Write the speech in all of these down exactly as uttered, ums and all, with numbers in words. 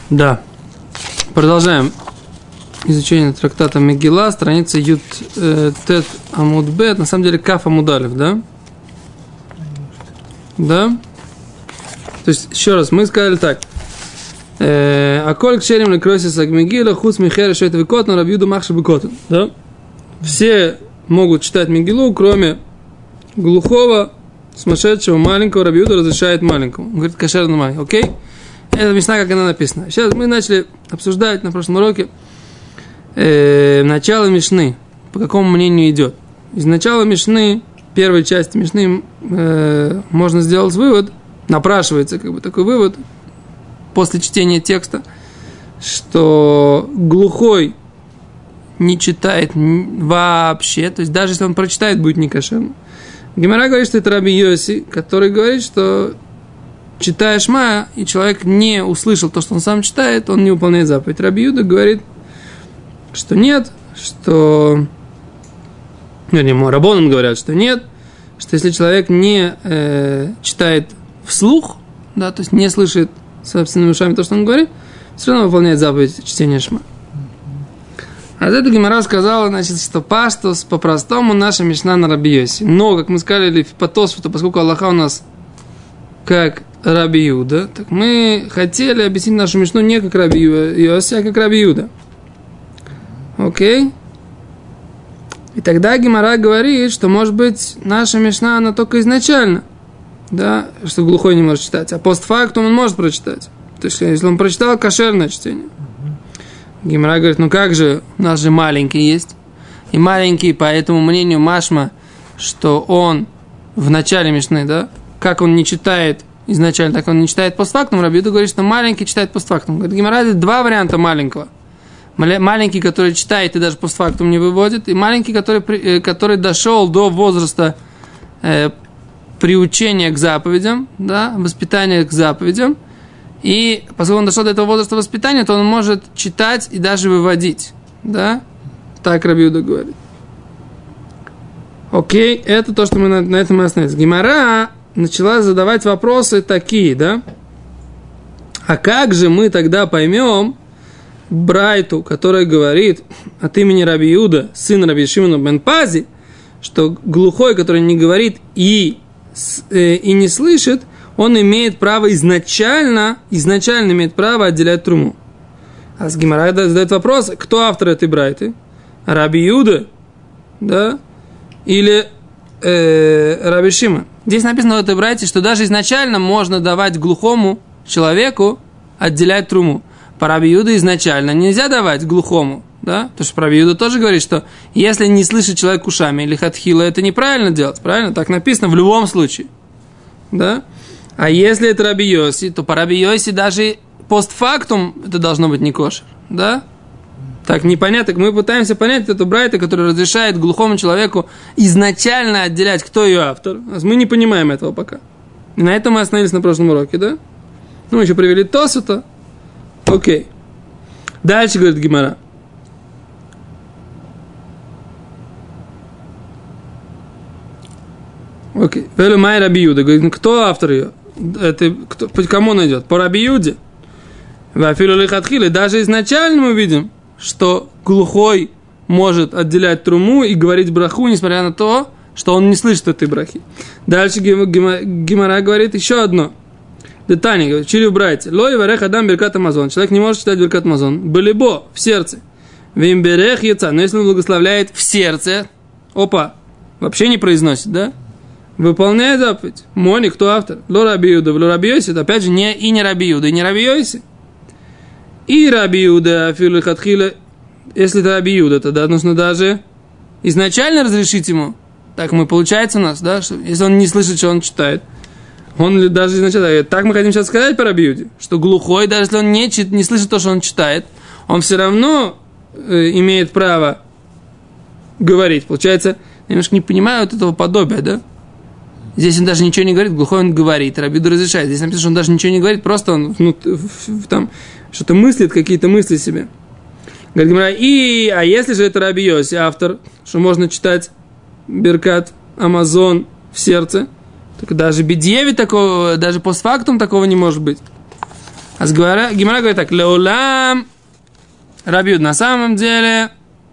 Да. Продолжаем изучение трактата Мегилла, страница Ют э, Тет Амуд Бет, на самом деле Каф Амуд Алеф, да? Да? То есть, еще раз, мы сказали так. А коль кшерим лекросис агмегила хус михера шойт векот на рабьюду махши бекотен. Да? Все могут читать Мегилу, кроме глухого, сумасшедшего, маленького. Рабьюда разрешает маленькому. Он говорит, кошер на маленький. Окей? Это мишна, как она написана. Сейчас мы начали обсуждать на прошлом уроке э, начало мишны. По какому мнению идет. Из начала мишны, первой части мишны, э, можно сделать вывод, напрашивается как бы такой вывод, после чтения текста, что глухой не читает вообще, то есть даже если он прочитает, будет некошерно. Гемара говорит, что это Раби Йоси, который говорит, что читая Шма, и человек не услышал то, что он сам читает, он не выполняет заповедь. Раби Юда говорит, что нет, что... Вернее, раббаним говорят, что нет, что если человек не э, читает вслух, да, то есть не слышит собственными ушами то, что он говорит, все равно выполняет заповедь чтения Шма. А это Гемара сказала, значит, что паштус по-простому наша мишна на Раби Йоси. Но, как мы сказали по Тосфоту, поскольку Аллаха у нас как Раби Юда, так мы хотели объяснить нашу мишну не как Раби Йоси, а как Раби Юда. Окей? И тогда Гемара говорит, что, может быть, наша мишна, она только изначально, да, что глухой не может читать, а постфактум он может прочитать. То есть, если он прочитал кошерное чтение. Гемара говорит, ну как же, у нас же маленький есть. И маленький, по этому мнению Машма, что он в начале мишны, да, как он не читает изначально, так он не читает постфактум. Раби Юда говорит, что маленький читает постфактум. Говорит, Гемара, это два варианта маленького. Маленький, который читает и даже постфактум не выводит, и маленький, который, который дошел до возраста э, приучения к заповедям, да, воспитания к заповедям, и поскольку он дошел до этого возраста воспитания, то он может читать и даже выводить, да, так Раби Юда говорит. Окей, это то, что мы на, на этом мы остановились. Гемара начала задавать вопросы такие, да, а как же мы тогда поймем Брайту, которая говорит от имени Раби Юда, сын Раби Шимона бен Пази, что глухой, который не говорит и, э, и не слышит, он имеет право изначально, изначально имеет право отделять труму. А с Гемара задает вопрос, кто автор этой Брайты? Раби Юда, да, или э, Раби Шимон? Здесь написано в этой Брайте, что даже изначально можно давать глухому человеку отделять труму. По Раби Юда изначально нельзя давать глухому, да? Потому что Раби Юда тоже говорит, что если не слышит человек ушами или хатхила, это неправильно делать, правильно? Так написано в любом случае, да? А если это Раби Йоси, то по Раби Йоси даже постфактум это должно быть не кошер, да? Так непонятно, мы пытаемся понять эту брайту, которая разрешает глухому человеку изначально отделять, кто ее автор. Мы не понимаем этого пока. И на этом мы остановились на прошлом уроке, да? Ну, мы еще привели Тосута. Окей. Дальше говорит Гемара. Окей. Велю май Раби Юда. Говорит, ну, кто автор ее? Это, кто, по кому он идет? По Раби Юде. Вафилу лихатхили. Даже изначально мы видим, что глухой может отделять труму и говорить браху, несмотря на то, что он не слышит этой брахи. Дальше Гемара говорит еще одно. Детание, говорит, чили в брайте. Лой варех адам беркат амазон. Человек не может читать беркат амазон. Былибо, в сердце. Вим берех яца. Но если он благословляет в сердце, опа, вообще не произносит, да? Выполняет заповедь. Мони, кто автор? Ло Раби Юда, ло Раби Йоси. Это опять же не и не Раби Юда, и не Раби Йоси. И Раби Юда, филу хатхила. Если это Раби Юда, тогда нужно даже изначально разрешить ему. Так мы, получается у нас, да? Что если он не слышит, что он читает. Он даже изначально, так мы хотим сейчас сказать по Раби Юде, что глухой, даже если он не, не слышит то, что он читает, он все равно э, имеет право говорить. Получается, я немножко не понимаю вот этого подобия, да? Здесь он даже ничего не говорит, глухой он говорит, Раби Юда разрешает. Здесь написано, что он даже ничего не говорит, просто он ну, там что-то мыслит, какие-то мысли себе. Говорит, и, а если же это Раби Йоси, автор, что можно читать Беркат Амазон в сердце, так даже бедьеви такого, даже постфактум такого не может быть. А с Гемара говорит так, леулам Раби Юда. На самом деле,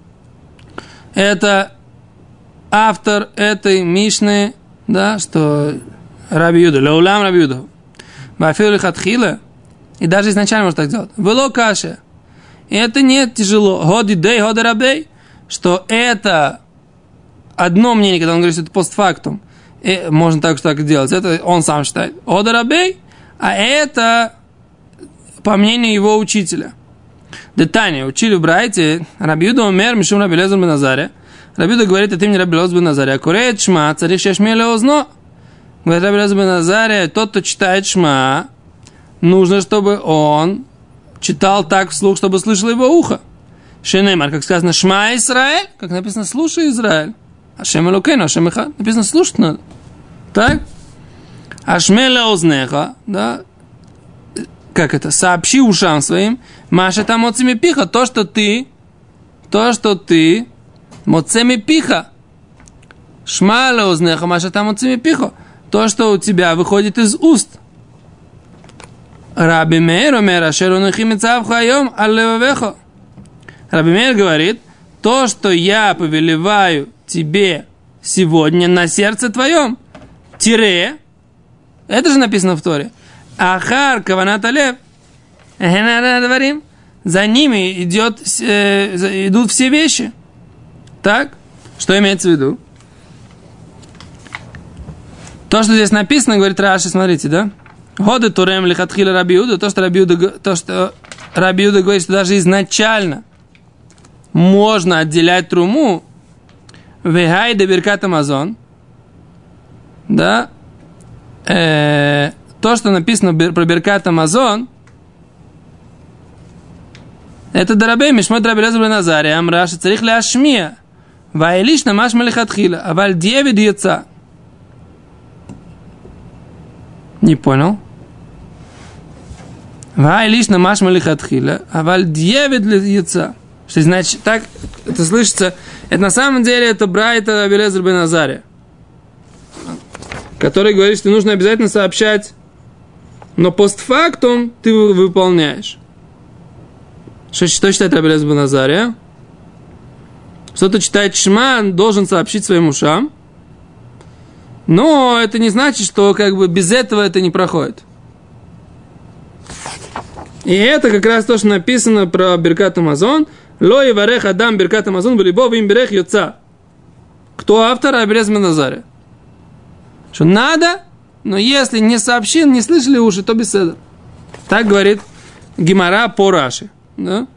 это автор этой Мишны, да, что Раби Юда, леулам Раби Юда. Вафил лихатхила. И даже изначально можно так делать. Вело каше. И это не тяжело. Ходи дей, ходи рабей. Что это одно мнение, когда он говорит, что это постфактум. И можно так что так делать. Это он сам считает. Ходи рабей. А это по мнению его учителя. Детание. Учили в Брайте. Раби Юда умер, мишум Раби Лезер бен Азария. Раби Юда говорит от имени Раби Лезер бен Азария. Курет шма, царих шешме леозно. Говорит Раби Лезер бен Азария, тот, кто читает шма, нужно, чтобы он читал так вслух, чтобы слышало его ухо. Шенемар, как сказано, шма Исраэль, как написано, слушай Израиль. Ашем элокейну, Ашем эхад. Написано, слушать надо. Так? Ашме леознеха, да? Как это? Сообщи ушам своим. Маша там моцеми пиха. То, что ты, то, что ты, моцеми пиха. Шма леознеха, маша там моцеми пиха. То, что у тебя выходит из уст. Раби Меир омер, ашер унахи мицав хайом аль-левавеха. Раби Меир говорит, то, что я повелеваю тебе сегодня на сердце твоем, тире, это же написано в Торе, ахар каванат алев, за ними идет, э, идут все вещи. Так? Что имеется в виду? То, что здесь написано, говорит Раши, смотрите, да? Годы турем лихатхила Раби Юда, то, что Раби Юда, то, что Раби Юда говорит, что даже изначально можно отделять труму, вегай де биркат амазон, да, э, то, что написано про биркат амазон, это дарабей мишмот Раби Лезер бен Азария, амраши царих ляшмия, ваилиш намаш малихатхила, аваль девид яца. Не понял. Вай лично маш малихатхила, а валь девид яца. Что значит, так это слышится. Это на самом деле это Брайта Раби Лезер бен Азария, который говорит, что нужно обязательно сообщать, но постфактум ты выполняешь. Что, что считает Раби Лезер бен Азария? Что-то читает Шма, должен сообщить своим ушам. Но это не значит, что как бы без этого это не проходит. И это как раз то, что написано про Биркат Амазон. Ло еварех адам Биркат Амазон валибо вим берех йоца. Кто автор? Раби Лезер бен Азария. Что надо, но если не сообщил, не слышали уши, то беседа. Так говорит Гемара по Раши. Да?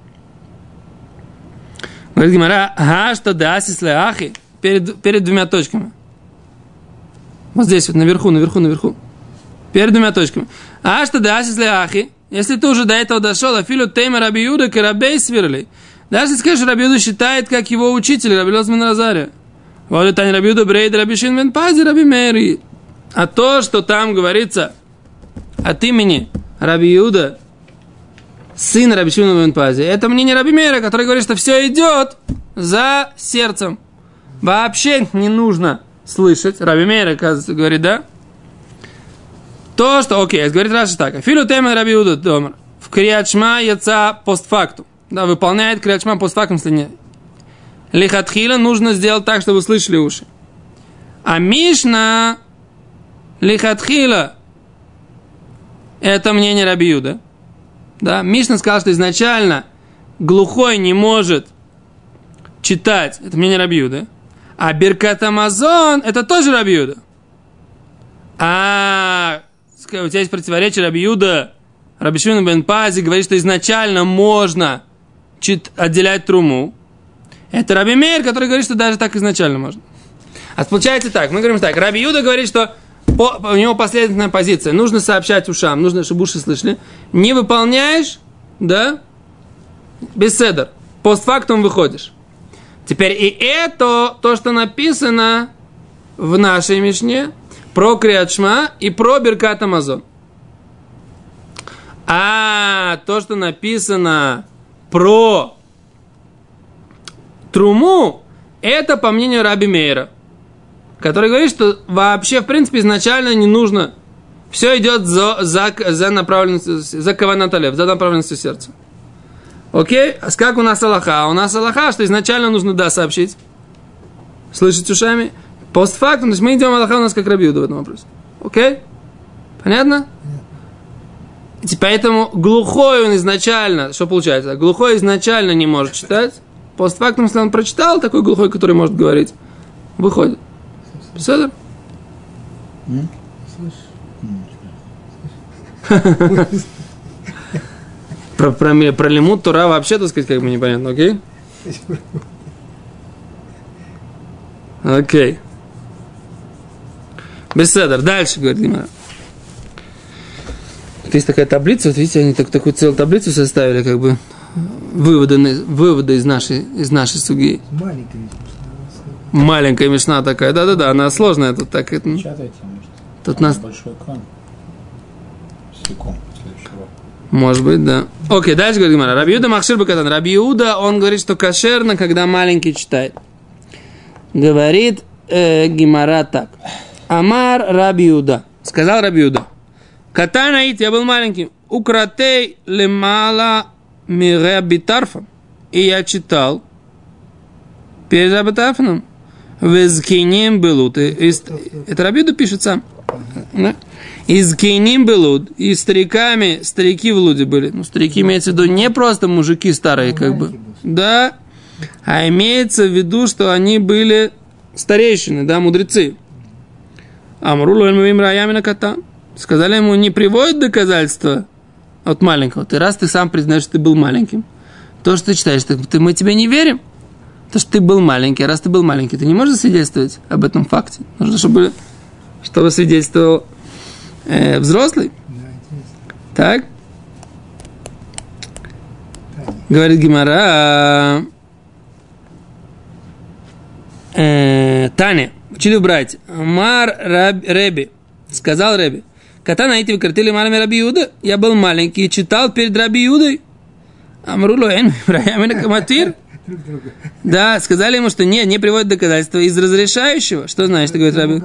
Говорит Гемара, га что дасис леахи, перед, перед двумя точками. Вот здесь вот, наверху, наверху, наверху. Перед двумя точками. А что дасис леахи, если ты уже до этого дошел, афилу тейма Раби Юда к Рабей сверли. Даже если скажешь, Раби Юда считает, как его учитель, Раби Лезер бен Азария. Вот это не Раби Юда брейд, Раби Шимон бен Пази, Раби Меир. А то, что там говорится от имени Раби Юда, сын Раби Шимона бен Пази, это мнение Раби Меира, который говорит, что все идет за сердцем. Вообще не нужно слышать. Раби Меир, оказывается, говорит, да? То, что, окей, говорит Раши так. Филу тема Раби Юда домар. В Крият Шма яца постфактум. Да, выполняет Крият Шма постфактум, если не. Лихатхила нужно сделать так, чтобы слышали уши. А Мишна лихатхила это мнение Раби Юда. Да, Мишна сказал, что изначально глухой не может читать. Это мнение Раби Юда. А Биркат Амазон это тоже Раби Юда. А у тебя есть противоречие Раби Юда. Раби Шимон бен Пази говорит, что изначально можно чит, отделять труму. Это Раби Меир, который говорит, что даже так изначально можно. А получается так, мы говорим так. Раби Юда говорит, что по, у него последовательная позиция. Нужно сообщать ушам, нужно, чтобы уши слышали. Не выполняешь, да, беседер. Постфактум выходишь. Теперь и это, то, что написано в нашей Мишне, про Крият Шма и про Биркат Амазон. А то, что написано про труму, это по мнению Раби Меира, который говорит, что вообще, в принципе, изначально не нужно Все идет за, за, за направленностью, за каванаталев, за направленностью сердца. Окей? А как у нас Аллаха? У нас Аллаха, что изначально нужно да сообщить. Слышать ушами. Постфактум, то есть мы идем Аллаха у нас как Раби Иуда в этом вопросе. Окей? Понятно? И поэтому глухой он изначально, что получается? Глухой изначально не может читать. Постфактум, если он прочитал, такой глухой, который может говорить, выходит. Все? Про, про, про лимут Тора вообще, так сказать, как бы непонятно, окей? Окей. Беседер. Дальше, говорит Гимара. Есть такая таблица, вот видите, они так, такую целую таблицу составили, как бы, выводы, выводы из нашей, из нашей суги. Маленькая мишна. Маленькая мишна такая, да-да-да, она сложная тут так. Это, Печатайте, может. Тут нас... Большой экран. Секунд, следующего. Может быть, да. Окей, дальше говорит Гимара. Раби Иуда махшир бакатан. Раби Иуда, он говорит, что кошерно, когда маленький читает. Говорит э, Гимара так. Амар Раби Иуда. Сказал Раби Иуда. Катанаит, я был маленьким. Укратей лемала мираби тарфа. И я читал перед Раби Тарфаном. Везкиним белут. Это Раби Иуда пишет сам. Да? Из кейним белуд, и стариками, старики в луде были. Ну, старики имеется в виду не просто мужики старые, как бы. Да, а имеется в виду, что они были старейшины, да, мудрецы. Амрулу эльмавим раямина кота. Сказали ему, не приводит доказательства от маленького. Ты раз ты сам признаешь, что ты был маленьким, то, что ты читаешь, ты, мы тебе не верим. То, что ты был маленький, а раз ты был маленький, ты не можешь свидетельствовать об этом факте. Нужно, чтобы, чтобы свидетельствовал э, взрослый. Да, так? Говорит Гимара. Э, Таня, учили в братья. Мар Раб, Реби. Сказал Реби. Катана эти выкрутили малами Раби Иуда. Я был маленький и читал перед Раби Иудой. Амруло эн Ибрахимина каматир. Да, сказали ему, что нет, не приводит доказательства из разрешающего. Что значит, говорит Раби?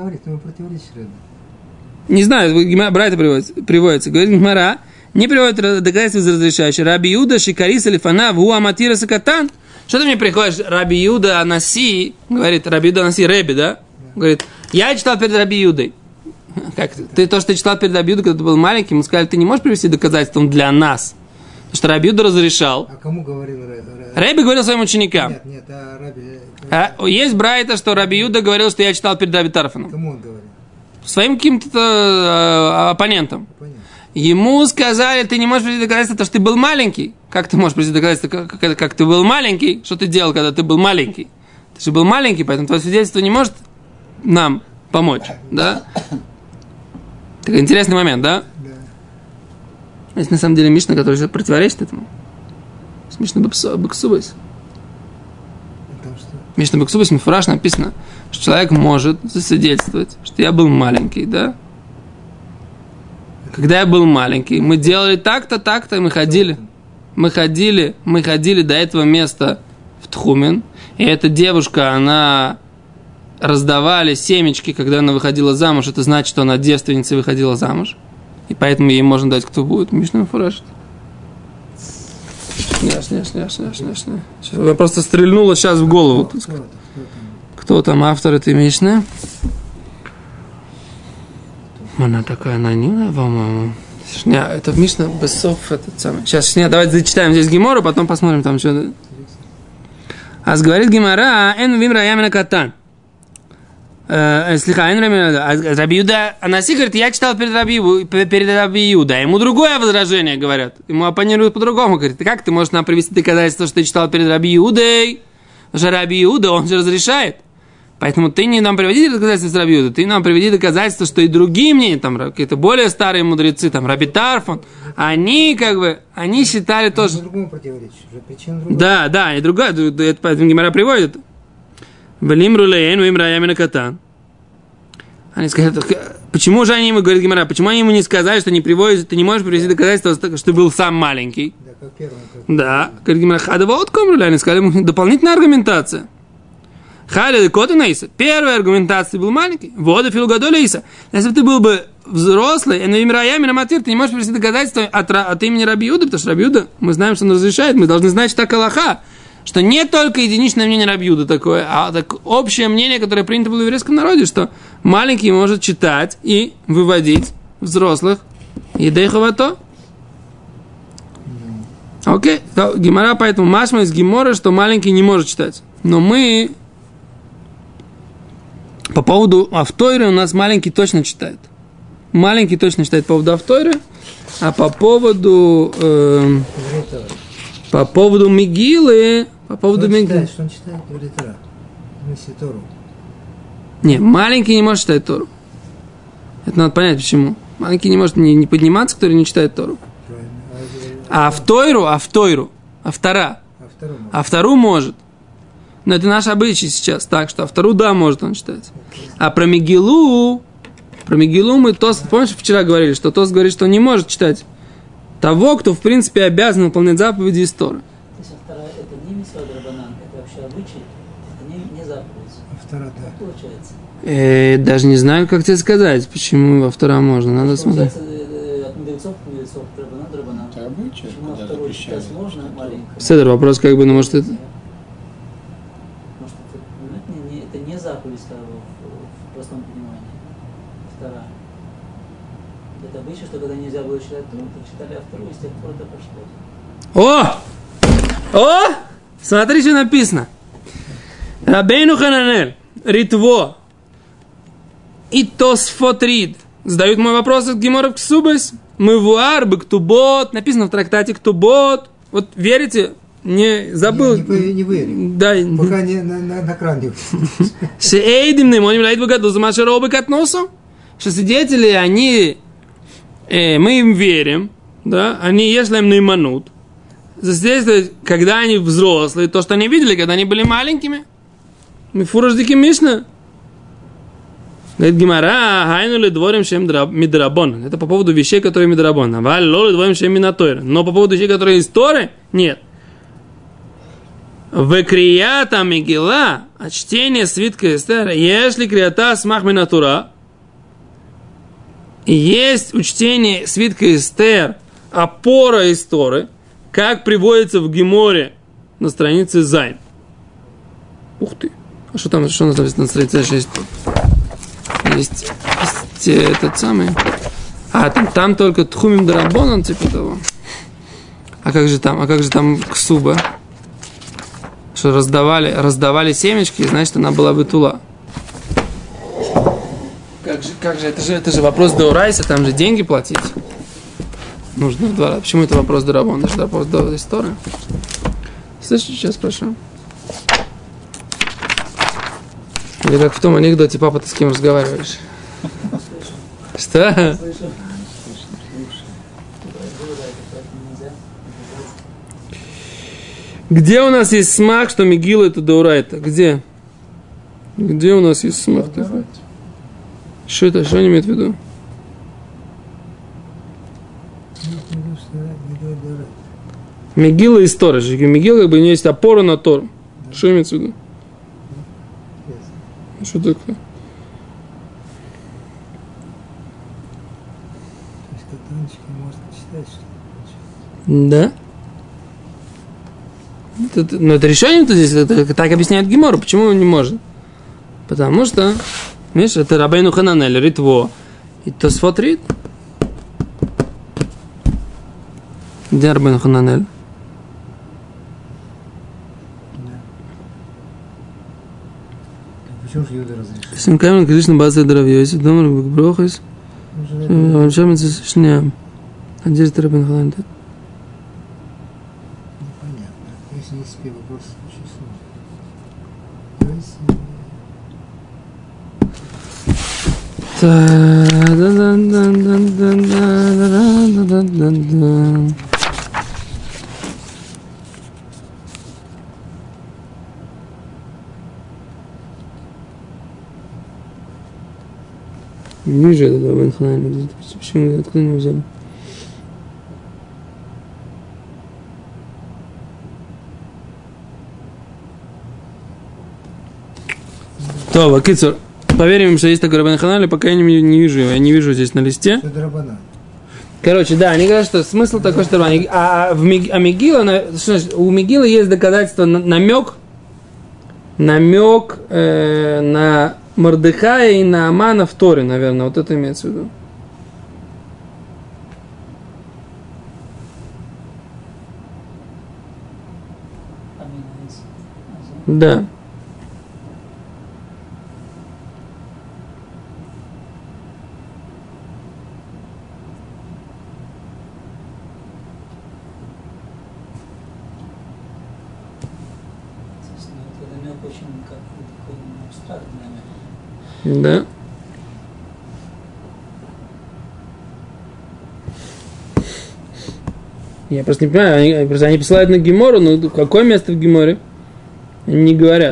Не знаю, Брайта приводится, приводится. Говорит Гимара, не приводит доказательства из разрешающего. Раби Иуда, Шикарис, Алифана, Ву Аматира Сакатан. Что ты мне приходишь, Раби Иуда Анаси, говорит, Раби Иуда Анаси, Реби, да? Говорит, я читал перед Раби Иудой. Как ты, то, что ты читал перед Раби Иудой, когда ты был маленьким, мы сказали, ты не можешь привести доказательства для нас. Потому что Раби Иуда разрешал. А кому говорил Раби? Раби говорил своим ученикам. Нет, нет, а Раби... А, есть Брайта, что Раби Иуда говорил, что я читал перед Раби Тарфаном. Кому он говорил? Своим каким-то э, оппонентам. Понятно. Ему сказали, ты не можешь привести доказательства, что ты был маленький. Как ты можешь привести доказательства, как, как, как ты был маленький? Что ты делал, когда ты был маленький? Ты же был маленький, поэтому твое свидетельство не может нам помочь. Да? Такой интересный момент, да? Да. Есть на самом деле Мишна, которая противоречит этому. Мишна Бексубайс. Мишна Бексубайс, Мифураж написано, что человек может засвидетельствовать, что я был маленький, да? Когда я был маленький, мы делали так-то, так-то, и мы ходили. Мы ходили, мы ходили до этого места в Тхумен, и эта девушка, она раздавали семечки, когда она выходила замуж, это значит, что она девственница выходила замуж. И поэтому ей можно дать, кто будет. Мишна Мифураж. Нет, нет, нет, нет, нет, нет. Я просто стрельнула сейчас в голову. Кто, кто, кто, кто там автор этой Мишны? Она такая анонимная, по-моему. Шня, это Мишна Бесов, этот самый. Сейчас, шня, давайте зачитаем здесь Гемору, потом посмотрим там что-то. А говорит Гемора, эн вим раямина катан. Слиха, эн раямина. Раби Иуда Анаси говорит, я читал перед Раби, перед Раби Иуда. Ему другое возражение говорят. Ему оппонируют по-другому. Говорит, как ты можешь нам привести доказательство, что ты читал перед Раби Иудой? Потому что Раби Иуда, он же разрешает. Поэтому ты не нам приведи доказательства с Раби Иуда, ты нам приведи доказательства, что и другие мнения, там, какие-то более старые мудрецы, там, Раби Тарфон, они, как бы, они считали тоже... Другому противоречит, уже причина другая. Да, да, и другая, это поэтому Гемара приводит. Велимру лейн, вимра ямина катан. Они сказали, почему же они ему, говорит Гемара, почему они ему не сказали, что не приводят, ты не можешь привести доказательства, что ты был сам маленький? Да, как первым. Как... Да, говорит Гемара, хадава от комруля, они сказали ему, дополнительная аргументация. Хали кота наиса. Первая аргументация был маленький. Вода филугадоля иса. Если бы ты был бы взрослый, но им раями на матир, ты не можешь привести доказательства от, от имени Раби Иуда, потому что Раби Иуда, мы знаем, что он разрешает, мы должны знать, что так алаха, что не только единичное мнение Раби Иуда такое, а так общее мнение, которое принято было в еврейском народе, что маленький может читать и выводить взрослых. Едей хавато. Окей, то Гемара, поэтому машма из Гемора, что маленький не может читать. Но мы по поводу Автойры у нас маленький точно читает. Маленький точно читает по поводу Автойры, а по поводу э, по поводу Мегилы, по поводу Что он Мегилы. читает, что он читает? Говорит Тора. Миссия Тору. Не, маленький не может читать Тору. Это надо понять, почему. Маленький не может не, не подниматься, который не читает Тору. Правильно. А в Тойру, а в Тойру, а втора. А второму. А вторую может. Но это наш обычай сейчас. Так что а вторую, да, может он читать. А про Мегилу, про Мегилу мы Тос, помнишь, вчера говорили, что Тос говорит, что он не может читать того, кто, в принципе, обязан выполнять заповеди из Торы. То есть вторая это не мисвад рабанан, это вообще обычай, это не, не заповедь. А вторая, да. Как получается? Э, даже не знаю, как тебе сказать, почему во вторая можно. Надо смотреть. Получается, э, от мудрецов к мудрецов, рабанан, рабанан. Это обычай, Почему когда вторую читать запрещали. можно, маленькую? Седр, вопрос как бы, ну может это... Может, это, ну, это, не, это не заповедь в, в простом понимании. Вторая. Это обычай, что когда нельзя было читать Тору, то читали а вторую, и с тех пор это пошло. О! О! Смотри, что написано. Рабейну Хананель, Ритво и Тосфот Рид задают мой вопрос от Гемора Ксубес. Мы вуар бы Ктубот. Написано в трактате Ктубот. Вот верите? Не забыл. Не, не, не верю. Да. Пока не на, на, на кран не Шеэйдим не моним лайт богату за машеробы катносом. Что свидетели, они, э, мы им верим, да, они, если им наиманут, засвидетельствуют, когда они взрослые, то, что они видели, когда они были маленькими. Мы фураждики Мишна. Говорит Гемара, хайну ли дворим шем мидрабон. Это по поводу вещей, которые мидрабон. А валь ло ли дворим шем минатойр. Но по поводу вещей, которые из Торы, нет. В крията Мегила, а чтение свитка Эстера, если крията смах минатура, есть у чтения свитка Эстер опора из Торы, как приводится в Геморе на странице Зайн. Ух ты. А что там, что у нас написано на странице шесть? Есть, есть этот самый. А, там, там только Тхумим Дарабонан, типа того. А как же там, а как же там Ксуба? Что раздавали, раздавали семечки, значит, она была бы тула. Как же, как же, это же, это же вопрос Деорайса, там же деньги платить. Нужно в два раза. Почему это вопрос Дарабон? Это же вопрос до истории. Слышите, сейчас спрошу. Или как в том анекдоте, папа, ты с кем разговариваешь? Что? Где у нас есть смак, что Мегила это Деорайта? Где? Где у нас есть смак? Что это? Что они имеют в виду? Мегила из Торы. Мегила, как бы, у нее есть опора на Тору. Что имеется в виду? Что такое? Да? Это, ну, это решение-то здесь, это, так объясняет Гемора. Почему он не может? Потому что, видишь, это Рабейну Хананель, Ритво. И Тосфот Рид. Где Рабейну Хананель? Почему же Юда разрешил? Симкамен, конечно, база дровьёйся, дома рыбок брохайся. Он шамится с шням. А здесь ты Рабейну Хананель? Непонятно. Если не спи, вопрос очень сложный. Не же это Рабейну Хананель. Почему, откуда не взяли? То, Акицур, Поверим, что есть такой Рабан Ханан, пока я не, не вижу его. Я не вижу здесь на листе. Это Рабанан. Короче, да, они говорят, что смысл такой, что Рабан. А, в Миг, а Мегила, на, что значит, у Мегила есть доказательство, намек, намек э, на Мордехая и на Амана в Торе, наверное. Вот это имеется в виду. Да. Да. Я просто не понимаю, они, просто они посылают на Гемору, но какое место в Геморе? Они не говорят.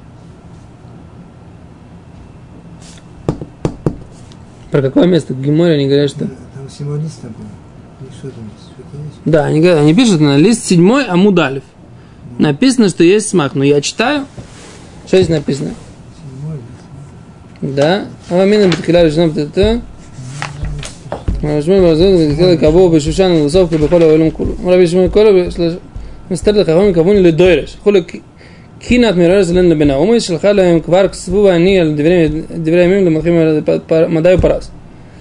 Про какое место в Геморе они говорят, что... Там символист такой. И что там? Что-то есть? Да, они, говорят, они пишут на лист седьмой Амуд Алеф. Написано, что есть смах. Но я читаю. Что здесь написано? Седьмой, Да. Амамина битхиля решена птата. Мажмой базон битхиля кабо бешушан лусовка бихола валум кулу. Раби Шимон кола מסתר לחכמים כוון לדוירש. חולה קינת מרר זלן לבנה. אומי שלחה להם כבר כסבו ואני על דברי ימים למלכים מדעי ופרס.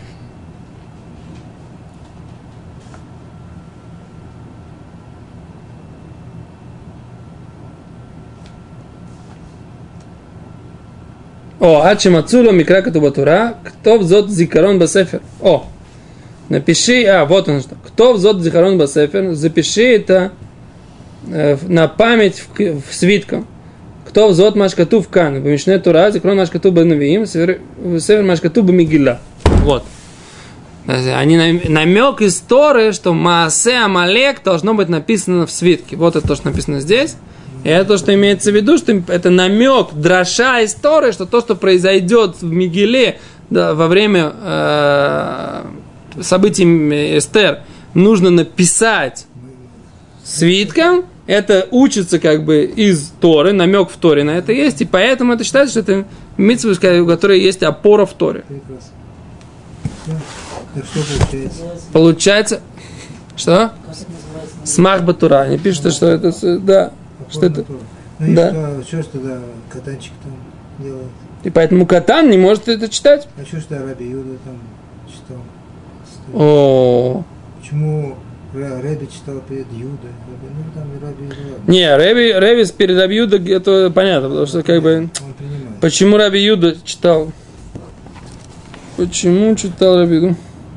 או, עד שמצאו לו מקרא כתוב בתורה, כתוב זאת זיכרון בספר. או, напиши, а, вот он что. Кто взот зихарон басефер, запиши это э, на память в, в свитком. Кто взот машкату в кан, в Мишне Тура, зихарон машкату бенавиим, север машкату бемигилла. Вот. Они намек из Торы, что Маасе Амалек должно быть написано в свитке. Вот это то, что написано здесь. И это то, что имеется в виду, что это намек, дроша из Торы, что то, что произойдет в Мигиле, да, во время э, событий Эстер, нужно написать свитком. Это учится как бы из Торы, намек в Торе на это есть, и поэтому это считается, что это мицва, у которой есть опора в Торе. Прекрасно. Так что получается? Получается, что? Смах Батура. Они пишут, что это, да, что это, ну, да. Что, что ж тогда катанчик там делает? И поэтому Катан не может это читать. А что ж тогда Раби Юда там читал? О, Почему Рэби читал перед Юдой? Ну там и Раби Юда. не, Рэби, Рэби перед Раби Юда, это понятно, потому что как бы... Он принимает. Почему Раби Юда читал? Почему читал Раби Юда?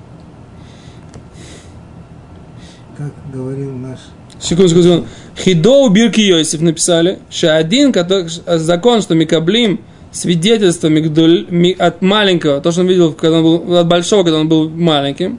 Как говорил наш... Секунду, секунду. Хидоу Бирки Йосиф написали, что один который, закон, что Микаблим свидетельство мигдуль, ми, от маленького, то, что он видел, когда он был, от большого, когда он был маленьким,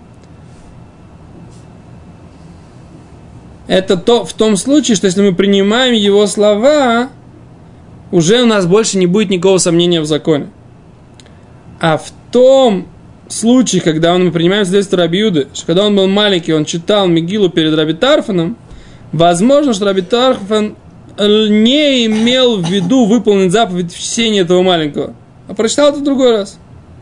это то, в том случае, что если мы принимаем его слова, уже у нас больше не будет никакого сомнения в законе. А в том случае, когда мы принимаем свидетельство Раби Юды, что когда он был маленький, он читал Мегилу перед Раби Тарфаном, возможно, что Раби Тарфан не имел в виду выполнить заповедь в чтении этого маленького, а прочитал это в другой раз.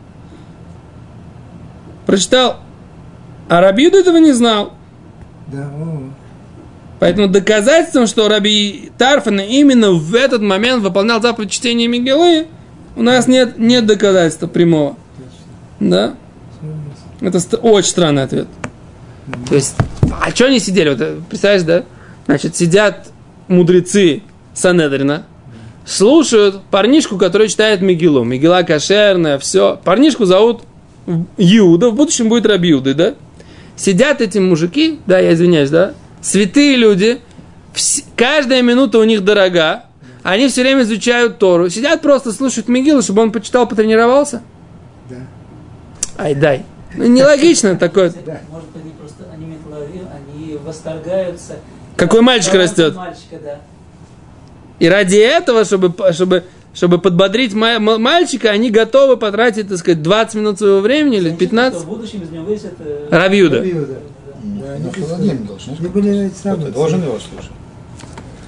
Прочитал, а Раби Юда этого не знал. Да, о. Поэтому доказательством, что Раби Тарфан именно в этот момент выполнял заповедь чтения Мегилы, у нас нет, нет доказательства прямого. Да? Это ст- очень странный ответ. Mm-hmm. То есть, а что они сидели? Вот, представляешь, да? Значит, сидят мудрецы Санедрина, слушают парнишку, который читает Мегилу. Мегила кошерная, все. Парнишку зовут Иуда, в будущем будет Раби Юда, да? Сидят эти мужики, да, я извиняюсь, да? Святые люди, вс- каждая минута у них дорога, они все время изучают Тору, сидят просто слушают Мегилу, чтобы он почитал, потренировался. Да. Ай, дай. Ну, нелогично такое. Может, они просто, они метловим, они восторгаются. Какой мальчик растет. Мальчика, да. И ради этого, чтобы, чтобы, чтобы подбодрить ма- мальчика, они готовы потратить, так сказать, двадцать минут своего времени или пятнадцать. В будущем из него вырастет... Раби Юда. Раби Юда. Да, не холодильник должен. Не были самые... Ты должен его слушать.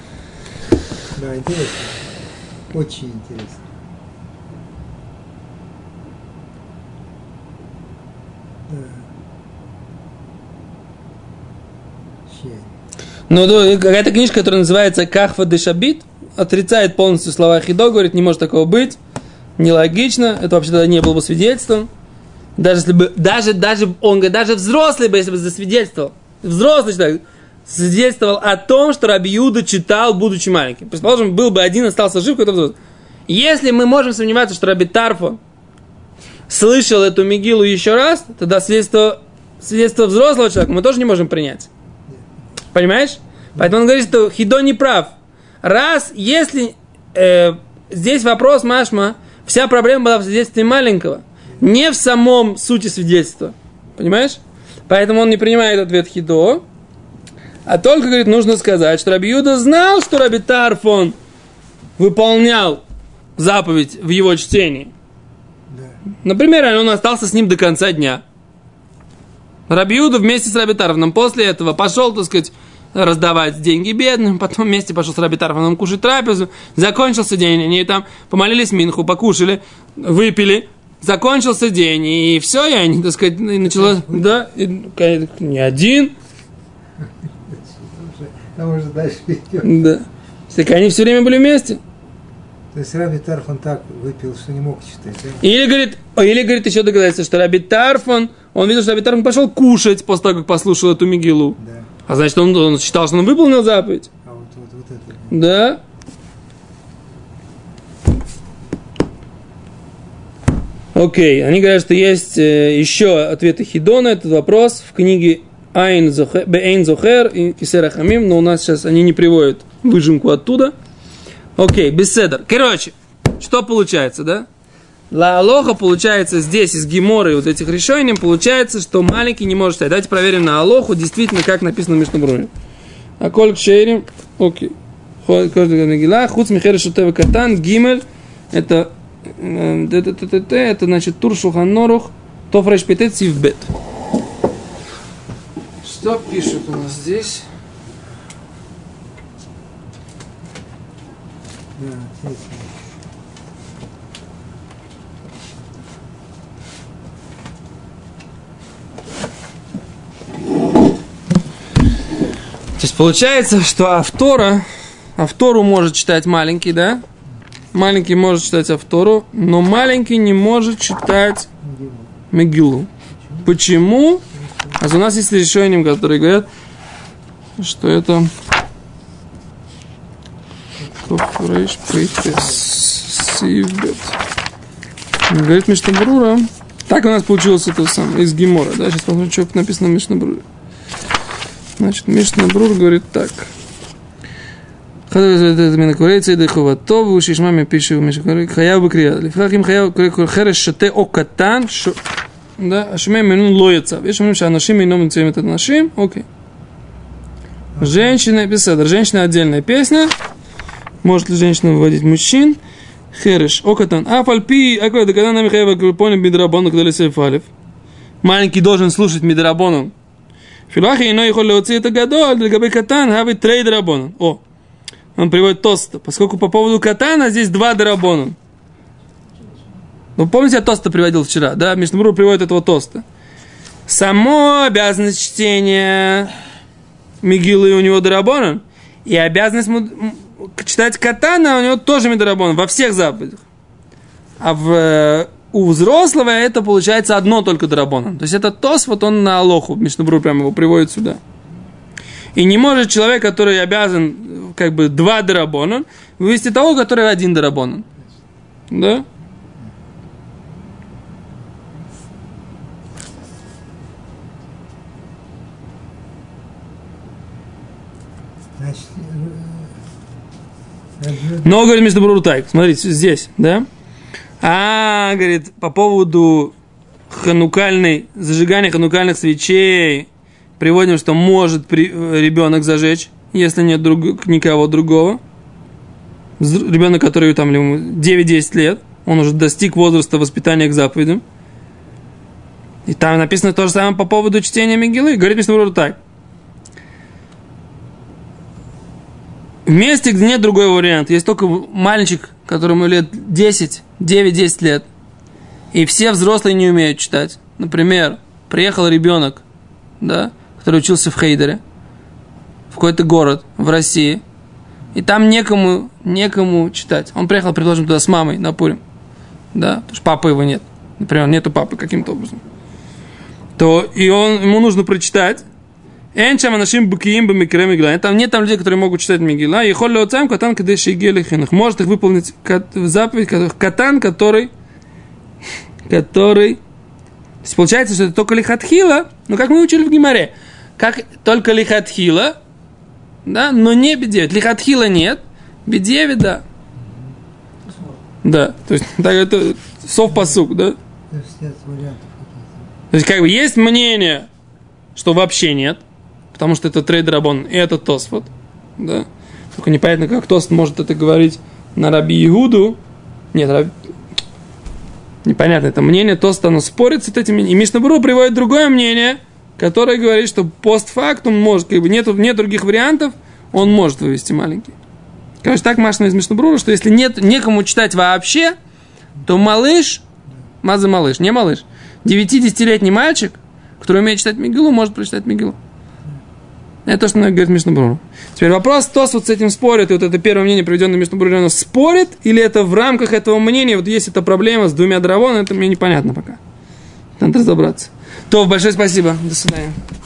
Да, интересно. Очень интересно. Ну, какая-то книжка, которая называется «Кахва де Шабит», отрицает полностью слова Хидо, говорит, не может такого быть, нелогично, это вообще тогда не было бы свидетельством. Даже если бы, даже, даже, он говорит, даже взрослый бы, если бы засвидетельствовал, взрослый человек свидетельствовал о том, что Раби Иуда читал, будучи маленьким. Предположим, был бы один, остался жив, какой-то взрослый. Если мы можем сомневаться, что Раби Тарфон слышал эту Мегилу еще раз, тогда свидетельство, свидетельство взрослого человека мы тоже не можем принять. Понимаешь? Поэтому он говорит, что Хидо не прав. Раз, если э, здесь вопрос Машма, вся проблема была в свидетельстве маленького, не в самом сути свидетельства. Понимаешь? Поэтому он не принимает ответ Хидо, а только, говорит, нужно сказать, что Раби Иуда знал, что Раби Тарфон выполнял заповедь в его чтении. Да. Например, он остался с ним до конца дня. Раби Иуда вместе с Раби Тарфоном после этого пошел, так сказать, раздавать деньги бедным, потом вместе пошел с Раби Тарфоном кушать трапезу, закончился день, они там помолились минху, покушали, выпили, закончился день, и все, и они, так сказать, началось, да, и, не один. Там уже дальше идет. Да. Так они все время были вместе. То есть Раби Тарфон так выпил, что не мог читать, да? Или, говорит, или, говорит, еще доказательство, что Раби Тарфон, он видел, что Раби Тарфон пошел кушать после того, как послушал эту Мегилу. Да. А значит, он, он считал, что он выполнил заповедь. А вот, вот, вот это. Да. Окей, они говорят, что есть э, еще ответы Хидо на этот вопрос в книге Айн Зохер, Беэйн Зохер и Кисера Хамим, но у нас сейчас они не приводят выжимку оттуда. Окей, беседер. Короче, что получается, да? Ла Алоха получается здесь из Геморы и вот этих решений получается, что маленький не может читать. Давайте проверим на Алоху, действительно, как написано в Мишнабруре. А коль кшейрим, окей. Хуц михер шутева катан, гимель, это это значит тур шулхан арух, тоф рейш петет сив бет. Что пишут у нас здесь? Да, То есть получается, что Автора, Автору может читать маленький, да? Маленький может читать Автору, но маленький не может читать Мегилу. Почему? А у нас есть решения, которые говорят, что это говорит Мишнабрура. Так у нас получилось это самое из Гемора, да? Сейчас посмотрим, что написано в Мишнабруре. Значит, Мишнабрур говорит так. Хаяв бакрия. Лифрахим хаяв хереш шате о катан. Да, ашмем минун лояцав. Есть мнение, что анашим ином нацеем это нашим. Окей. Женщина, беседа. Женщина отдельная песня. Может ли женщина выводить мужчин? Хереш о катан. А фальпи, а когда когда нам хаяв понял мидрабону, когда лисев алиф. Маленький должен слушать мидрабону. Филахи иной יכול להוציא את הגדול, לגבי קטן, הווי трей драбонан. О, он приводит тоста. Поскольку по поводу катана здесь два драбонан. Ну, помните, я тоста приводил вчера, да? Мишнабрур приводит этого тоста. Само обязанность чтения Мегилы у него драбонан, и обязанность читать катана у него тоже драбонан, во всех заповедях. А в... у взрослого это получается одно только драбонан. То есть это тос, вот он на Алоху, Мишнабрур прямо его приводит сюда. И не может человек, который обязан как бы два драбонан, вывести того, который один драбонан. Да? Но, говорит Мишнабрур так, смотрите, здесь, да? А, говорит, по поводу ханукальной, зажигания ханукальных свечей, приводим, что может при, ребенок зажечь, если нет друг, никого другого. Ребенок, который там девять-десять лет, он уже достиг возраста воспитания к заповедям. И там написано то же самое по поводу чтения Мегилы. Говорит Мишнабрур так. В месте, где нет другого варианта, есть только мальчик, которому лет десять, девять-десять лет, и все взрослые не умеют читать. Например, приехал ребенок, да, который учился в Хейдере, в какой-то город в России, и там некому, некому читать. Он приехал, предложим, туда с мамой на Пурим, да, потому что папы его нет. Например, нету папы каким-то образом. То и он, ему нужно прочитать. Энчам анашим букиим бамикре мигила. Там нет там людей, которые могут читать Мегила. И холли отцам катан кадеши гелихинах. Может их выполнить заповедь катан, который, который. То есть получается, что это только лихатхила. Ну как мы учили в Гемаре, как только лихатхила, да, но не бедевит. Лихатхила нет, бедевит, да. Да, то есть так это совпасук, да. То есть нет вариантов каких-то. То есть как бы есть мнение, что вообще нет. Потому что это трейд рабон, и это Тосфот. Да? Только непонятно, как Тосфот может это говорить на Раби Игуду. Нет, Раби... непонятно, это мнение Тосфота, оно спорит с этим. И Мишна Берура приводит другое мнение, которое говорит, что постфактум может, как бы нет, нет других вариантов, он может вывести маленький. Короче, так Машна из Мишна Берура, что если нет некому читать вообще, то малыш, маза малыш, не малыш, девяти-десятилетний мальчик, который умеет читать Мегилу, может прочитать Мегилу. Это то, что говорит Мишна Берура. Теперь вопрос, кто вот с этим спорит, и вот это первое мнение, приведенное Мишна Берура, оно спорит, или это в рамках этого мнения, вот есть эта проблема с двумя дровами, это мне непонятно пока. Надо разобраться. То, большое спасибо. До свидания.